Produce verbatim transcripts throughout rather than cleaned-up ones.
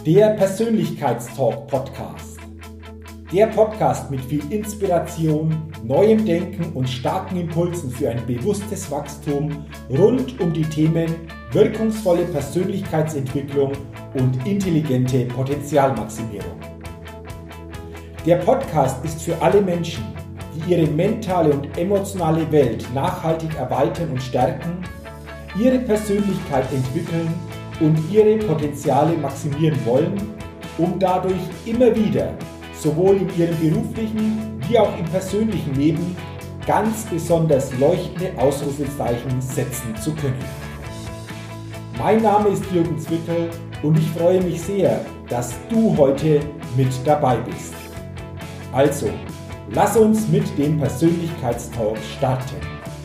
Der Persönlichkeitstalk-Podcast. Der Podcast mit viel Inspiration, neuem Denken und starken Impulsen für ein bewusstes Wachstum rund um die Themen wirkungsvolle Persönlichkeitsentwicklung und intelligente Potenzialmaximierung. Der Podcast ist für alle Menschen, die ihre mentale und emotionale Welt nachhaltig erweitern und stärken, ihre Persönlichkeit entwickeln und ihre Potenziale maximieren wollen, um dadurch immer wieder sowohl in ihrem beruflichen wie auch im persönlichen Leben ganz besonders leuchtende Ausrufezeichen setzen zu können. Mein Name ist Jürgen Zwickel und ich freue mich sehr, dass du heute mit dabei bist. Also, lass uns mit dem Persönlichkeitstalk starten.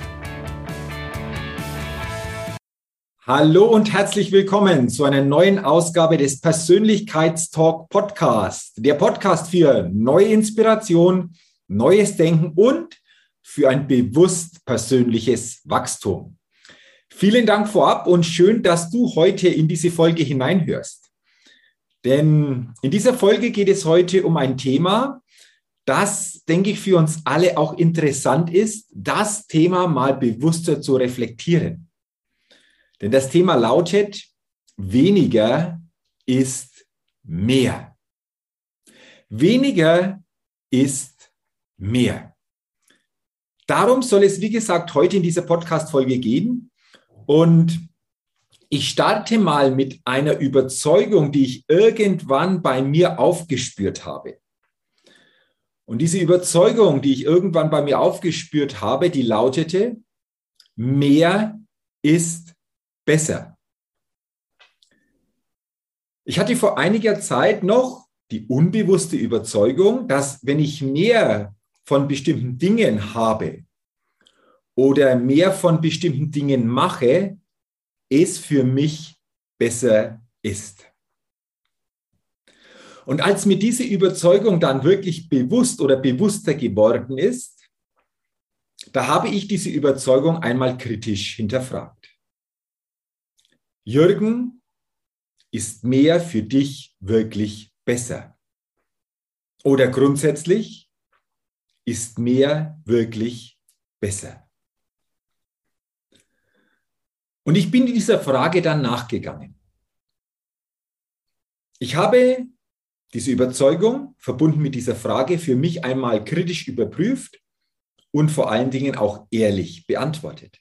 Hallo und herzlich willkommen zu einer neuen Ausgabe des Persönlichkeitstalk Podcast. Der Podcast für neue Inspiration, neues Denken und für ein bewusst persönliches Wachstum. Vielen Dank vorab und schön, dass du heute in diese Folge hineinhörst. Denn in dieser Folge geht es heute um ein Thema, das, denke ich, für uns alle auch interessant ist, das Thema mal bewusster zu reflektieren. Denn das Thema lautet, weniger ist mehr. Weniger ist mehr. Darum soll es, wie gesagt, heute in dieser Podcast-Folge gehen. Und ich starte mal mit einer Überzeugung, die ich irgendwann bei mir aufgespürt habe. Und diese Überzeugung, die ich irgendwann bei mir aufgespürt habe, die lautete, mehr ist mehr. Besser. Ich hatte vor einiger Zeit noch die unbewusste Überzeugung, dass wenn ich mehr von bestimmten Dingen habe oder mehr von bestimmten Dingen mache, es für mich besser ist. Und als mir diese Überzeugung dann wirklich bewusst oder bewusster geworden ist, da habe ich diese Überzeugung einmal kritisch hinterfragt. Jürgen, ist mehr für dich wirklich besser? Oder grundsätzlich, ist mehr wirklich besser? Und ich bin dieser Frage dann nachgegangen. Ich habe diese Überzeugung, verbunden mit dieser Frage, für mich einmal kritisch überprüft und vor allen Dingen auch ehrlich beantwortet.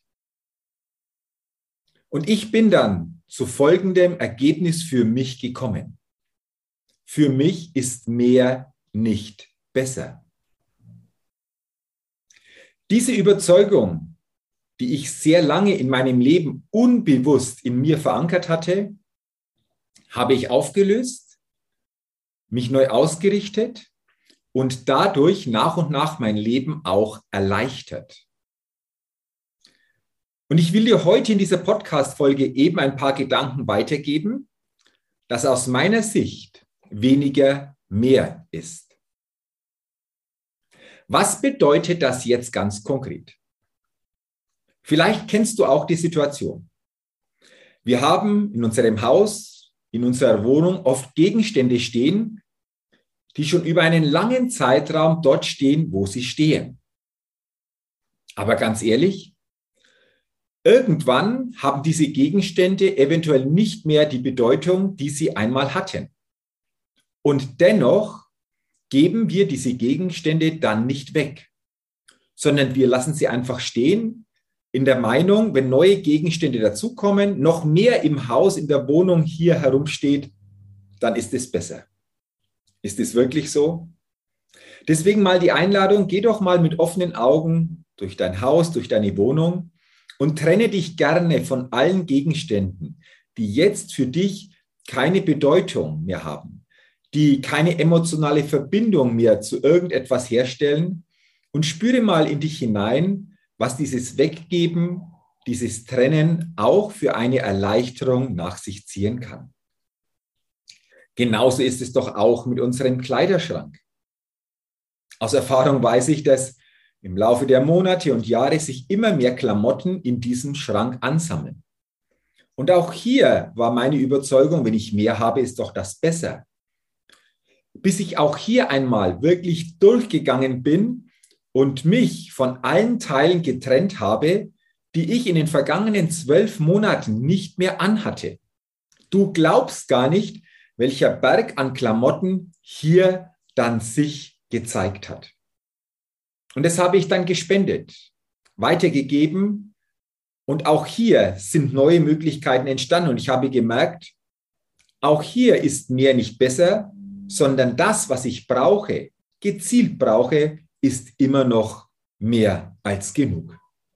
Und ich bin dann zu folgendem Ergebnis für mich gekommen. Für mich ist mehr nicht besser. Diese Überzeugung, die ich sehr lange in meinem Leben unbewusst in mir verankert hatte, habe ich aufgelöst, mich neu ausgerichtet und dadurch nach und nach mein Leben auch erleichtert. Und ich will dir heute in dieser Podcast-Folge eben ein paar Gedanken weitergeben, dass aus meiner Sicht weniger mehr ist. Was bedeutet das jetzt ganz konkret? Vielleicht kennst du auch die Situation. Wir haben in unserem Haus, in unserer Wohnung oft Gegenstände stehen, die schon über einen langen Zeitraum dort stehen, wo sie stehen. Aber ganz ehrlich, irgendwann haben diese Gegenstände eventuell nicht mehr die Bedeutung, die sie einmal hatten. Und dennoch geben wir diese Gegenstände dann nicht weg, sondern wir lassen sie einfach stehen, in der Meinung, wenn neue Gegenstände dazukommen, noch mehr im Haus, in der Wohnung hier herumsteht, dann ist es besser. Ist es wirklich so? Deswegen mal die Einladung, geh doch mal mit offenen Augen durch dein Haus, durch deine Wohnung, und trenne dich gerne von allen Gegenständen, die jetzt für dich keine Bedeutung mehr haben, die keine emotionale Verbindung mehr zu irgendetwas herstellen, und spüre mal in dich hinein, was dieses Weggeben, dieses Trennen auch für eine Erleichterung nach sich ziehen kann. Genauso ist es doch auch mit unserem Kleiderschrank. Aus Erfahrung weiß ich, dass im Laufe der Monate und Jahre sich immer mehr Klamotten in diesem Schrank ansammeln. Und auch hier war meine Überzeugung, wenn ich mehr habe, ist doch das besser. Bis ich auch hier einmal wirklich durchgegangen bin und mich von allen Teilen getrennt habe, die ich in den vergangenen zwölf Monaten nicht mehr anhatte. Du glaubst gar nicht, welcher Berg an Klamotten hier dann sich gezeigt hat. Und das habe ich dann gespendet, weitergegeben und auch hier sind neue Möglichkeiten entstanden und ich habe gemerkt, auch hier ist mehr nicht besser, sondern das, was ich brauche, gezielt brauche, ist immer noch mehr als genug.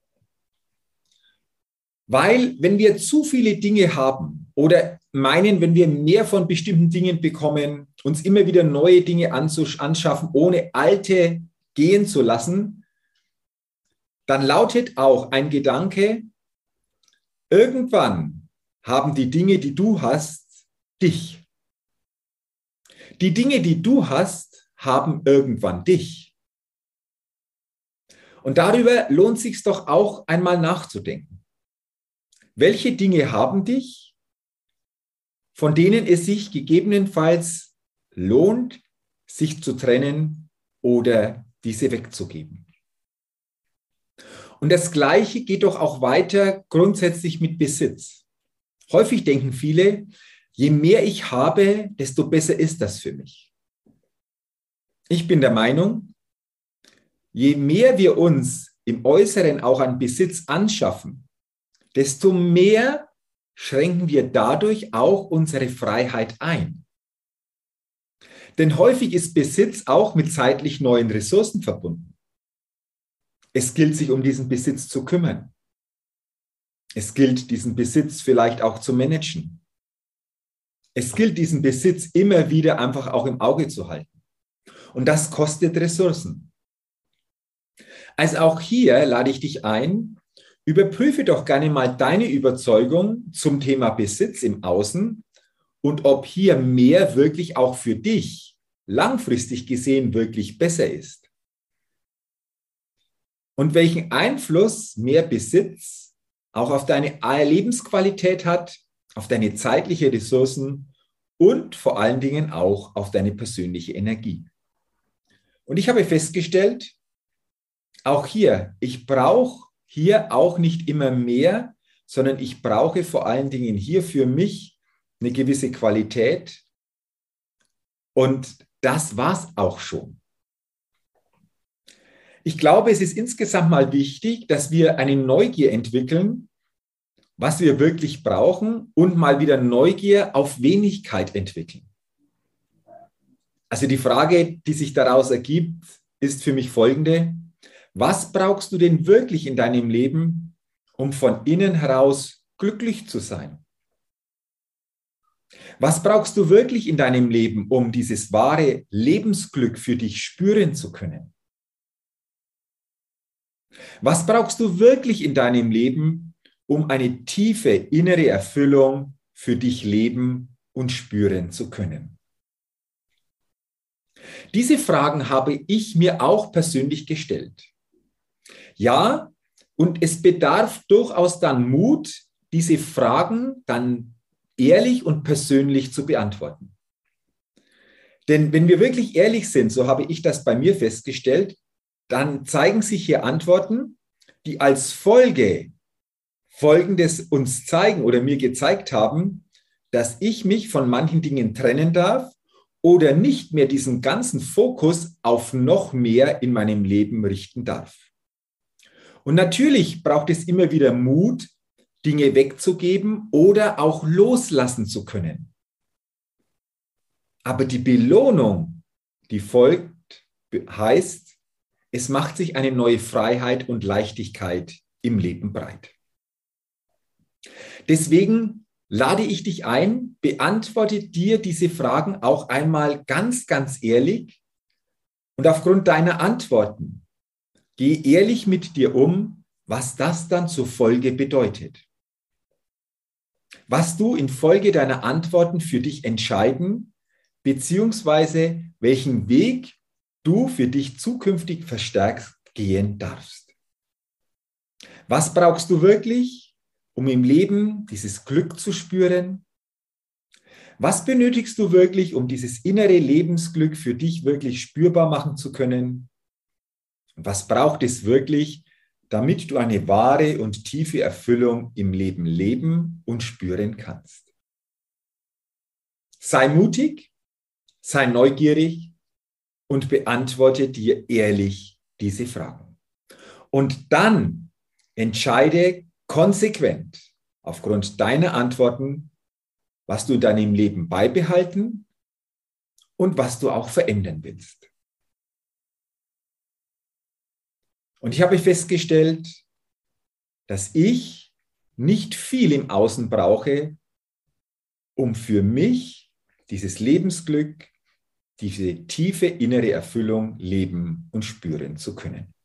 Weil wenn wir zu viele Dinge haben oder meinen, wenn wir mehr von bestimmten Dingen bekommen, uns immer wieder neue Dinge anschaffen, ohne alte gehen zu lassen, dann lautet auch ein Gedanke, irgendwann haben die Dinge, die du hast, dich. Die Dinge, die du hast, haben irgendwann dich. Und darüber lohnt es sich doch auch einmal nachzudenken. Welche Dinge haben dich, von denen es sich gegebenenfalls lohnt, sich zu trennen oder diese wegzugeben? Und das Gleiche geht doch auch weiter grundsätzlich mit Besitz. Häufig denken viele, je mehr ich habe, desto besser ist das für mich. Ich bin der Meinung, je mehr wir uns im Äußeren auch an Besitz anschaffen, desto mehr schränken wir dadurch auch unsere Freiheit ein. Denn häufig ist Besitz auch mit zeitlich neuen Ressourcen verbunden. Es gilt, sich um diesen Besitz zu kümmern. Es gilt, diesen Besitz vielleicht auch zu managen. Es gilt, diesen Besitz immer wieder einfach auch im Auge zu halten. Und das kostet Ressourcen. Also auch hier lade ich dich ein, überprüfe doch gerne mal deine Überzeugung zum Thema Besitz im Außen und ob hier mehr wirklich auch für dich langfristig gesehen wirklich besser ist. Und welchen Einfluss mehr Besitz auch auf deine Lebensqualität hat, auf deine zeitliche Ressourcen und vor allen Dingen auch auf deine persönliche Energie. Und ich habe festgestellt, auch hier, ich brauche hier auch nicht immer mehr, sondern ich brauche vor allen Dingen hier für mich eine gewisse Qualität. Und das war's auch schon. Ich glaube, es ist insgesamt mal wichtig, dass wir eine Neugier entwickeln, was wir wirklich brauchen und mal wieder Neugier auf Wenigkeit entwickeln. Also die Frage, die sich daraus ergibt, ist für mich folgende: Was brauchst du denn wirklich in deinem Leben, um von innen heraus glücklich zu sein? Was brauchst du wirklich in deinem Leben, um dieses wahre Lebensglück für dich spüren zu können? Was brauchst du wirklich in deinem Leben, um eine tiefe innere Erfüllung für dich leben und spüren zu können? Diese Fragen habe ich mir auch persönlich gestellt. Ja, und es bedarf durchaus dann Mut, diese Fragen dann ehrlich und persönlich zu beantworten. Denn wenn wir wirklich ehrlich sind, so habe ich das bei mir festgestellt, dann zeigen sich hier Antworten, die als Folge Folgendes uns zeigen oder mir gezeigt haben, dass ich mich von manchen Dingen trennen darf oder nicht mehr diesen ganzen Fokus auf noch mehr in meinem Leben richten darf. Und natürlich braucht es immer wieder Mut, Dinge wegzugeben oder auch loslassen zu können. Aber die Belohnung, die folgt, heißt, es macht sich eine neue Freiheit und Leichtigkeit im Leben breit. Deswegen lade ich dich ein, beantworte dir diese Fragen auch einmal ganz, ganz ehrlich und aufgrund deiner Antworten geh ehrlich mit dir um, was das dann zur Folge bedeutet. Was du infolge deiner Antworten für dich entscheiden, beziehungsweise welchen Weg du für dich zukünftig verstärkt gehen darfst. Was brauchst du wirklich, um im Leben dieses Glück zu spüren? Was benötigst du wirklich, um dieses innere Lebensglück für dich wirklich spürbar machen zu können? Was braucht es wirklich, damit du eine wahre und tiefe Erfüllung im Leben leben und spüren kannst? Sei mutig, sei neugierig und beantworte dir ehrlich diese Fragen. Und dann entscheide konsequent aufgrund deiner Antworten, was du in deinem Leben beibehalten und was du auch verändern willst. Und ich habe festgestellt, dass ich nicht viel im Außen brauche, um für mich dieses Lebensglück, diese tiefe innere Erfüllung leben und spüren zu können.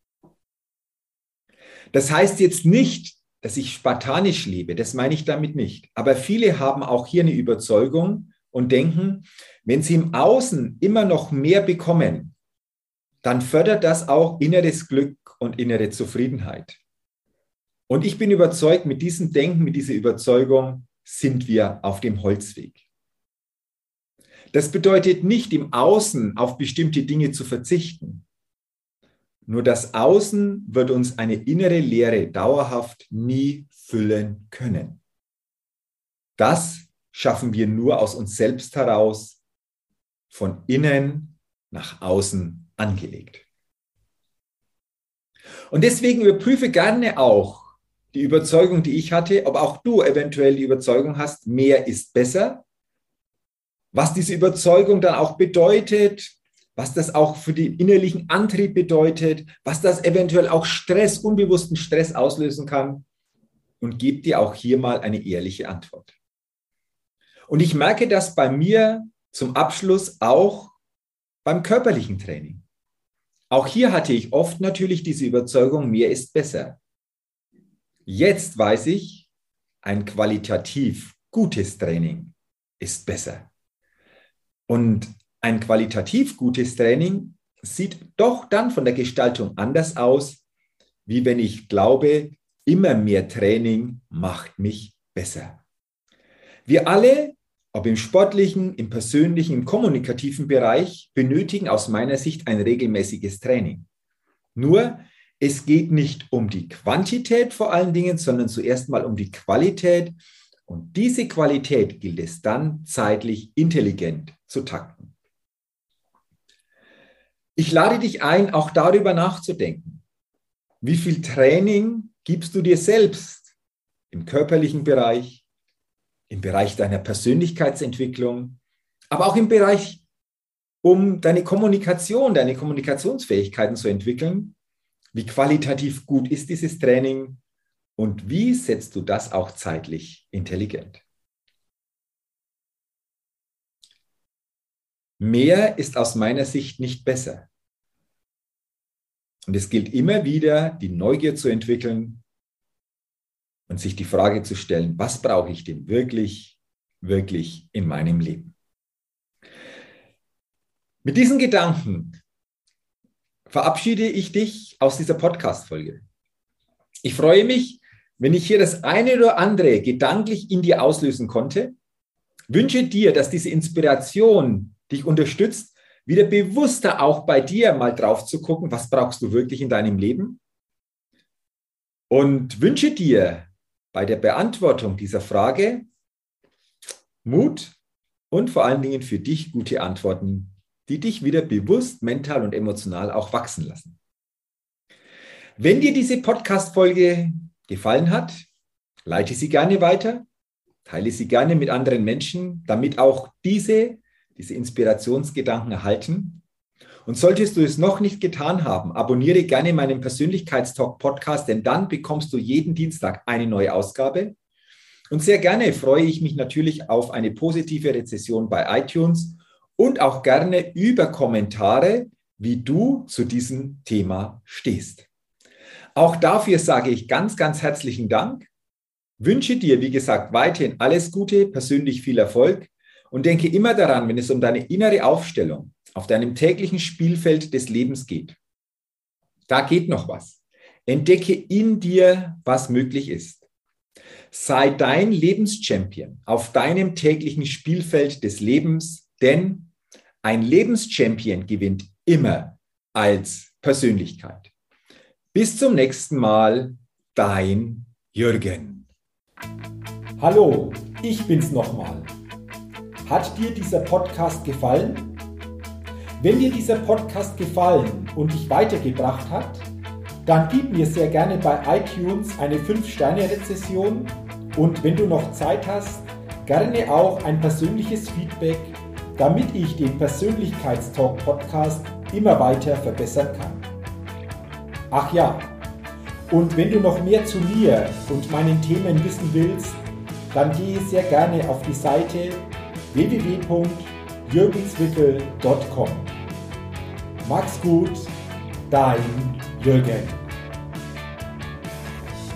Das heißt jetzt nicht, dass ich spartanisch lebe, das meine ich damit nicht. Aber viele haben auch hier eine Überzeugung und denken, wenn sie im Außen immer noch mehr bekommen, dann fördert das auch inneres Glück und innere Zufriedenheit. Und ich bin überzeugt, mit diesem Denken, mit dieser Überzeugung sind wir auf dem Holzweg. Das bedeutet nicht, im Außen auf bestimmte Dinge zu verzichten. Nur das Außen wird uns eine innere Leere dauerhaft nie füllen können. Das schaffen wir nur aus uns selbst heraus, von innen nach außen angelegt. Und deswegen überprüfe gerne auch die Überzeugung, die ich hatte, ob auch du eventuell die Überzeugung hast, mehr ist besser. Was diese Überzeugung dann auch bedeutet, was das auch für den innerlichen Antrieb bedeutet, was das eventuell auch Stress, unbewussten Stress auslösen kann. Und gebe dir auch hier mal eine ehrliche Antwort. Und ich merke das bei mir zum Abschluss auch beim körperlichen Training. Auch hier hatte ich oft natürlich diese Überzeugung, mehr ist besser. Jetzt weiß ich, ein qualitativ gutes Training ist besser. Und ein qualitativ gutes Training sieht doch dann von der Gestaltung anders aus, wie wenn ich glaube, immer mehr Training macht mich besser. Wir alle, ob im sportlichen, im persönlichen, im kommunikativen Bereich, benötigen aus meiner Sicht ein regelmäßiges Training. Nur, es geht nicht um die Quantität vor allen Dingen, sondern zuerst mal um die Qualität. Und diese Qualität gilt es dann zeitlich intelligent zu takten. Ich lade dich ein, auch darüber nachzudenken. Wie viel Training gibst du dir selbst im körperlichen Bereich, im Bereich deiner Persönlichkeitsentwicklung, aber auch im Bereich, um deine Kommunikation, deine Kommunikationsfähigkeiten zu entwickeln? Wie qualitativ gut ist dieses Training und wie setzt du das auch zeitlich intelligent? Mehr ist aus meiner Sicht nicht besser. Und es gilt immer wieder, die Neugier zu entwickeln und sich die Frage zu stellen, was brauche ich denn wirklich, wirklich in meinem Leben? Mit diesen Gedanken verabschiede ich dich aus dieser Podcast-Folge. Ich freue mich, wenn ich hier das eine oder andere gedanklich in dir auslösen konnte. Wünsche dir, dass diese Inspiration dich unterstützt, wieder bewusster auch bei dir mal drauf zu gucken, was brauchst du wirklich in deinem Leben? Und wünsche dir bei der Beantwortung dieser Frage Mut und vor allen Dingen für dich gute Antworten, die dich wieder bewusst, mental und emotional auch wachsen lassen. Wenn dir diese Podcast-Folge gefallen hat, leite sie gerne weiter, teile sie gerne mit anderen Menschen, damit auch diese, diese Inspirationsgedanken erhalten. Und solltest du es noch nicht getan haben, abonniere gerne meinen Persönlichkeitstalk-Podcast, denn dann bekommst du jeden Dienstag eine neue Ausgabe. Und sehr gerne freue ich mich natürlich auf eine positive Rezession bei iTunes und auch gerne über Kommentare, wie du zu diesem Thema stehst. Auch dafür sage ich ganz, ganz herzlichen Dank. Wünsche dir, wie gesagt, weiterhin alles Gute, persönlich viel Erfolg und denke immer daran, wenn es um deine innere Aufstellung auf deinem täglichen Spielfeld des Lebens geht. Da geht noch was. Entdecke in dir, was möglich ist. Sei dein Lebenschampion auf deinem täglichen Spielfeld des Lebens, denn ein Lebenschampion gewinnt immer als Persönlichkeit. Bis zum nächsten Mal, dein Jürgen. Hallo, ich bin's nochmal. Hat dir dieser Podcast gefallen? Wenn dir dieser Podcast gefallen und dich weitergebracht hat, dann gib mir sehr gerne bei iTunes eine fünf Sterne Rezession und wenn du noch Zeit hast, gerne auch ein persönliches Feedback, damit ich den Persönlichkeitstalk-Podcast immer weiter verbessern kann. Ach ja, und wenn du noch mehr zu mir und meinen Themen wissen willst, dann gehe sehr gerne auf die Seite w w w punkt jürgenswickel punkt com. Mach's gut, dein Jürgen.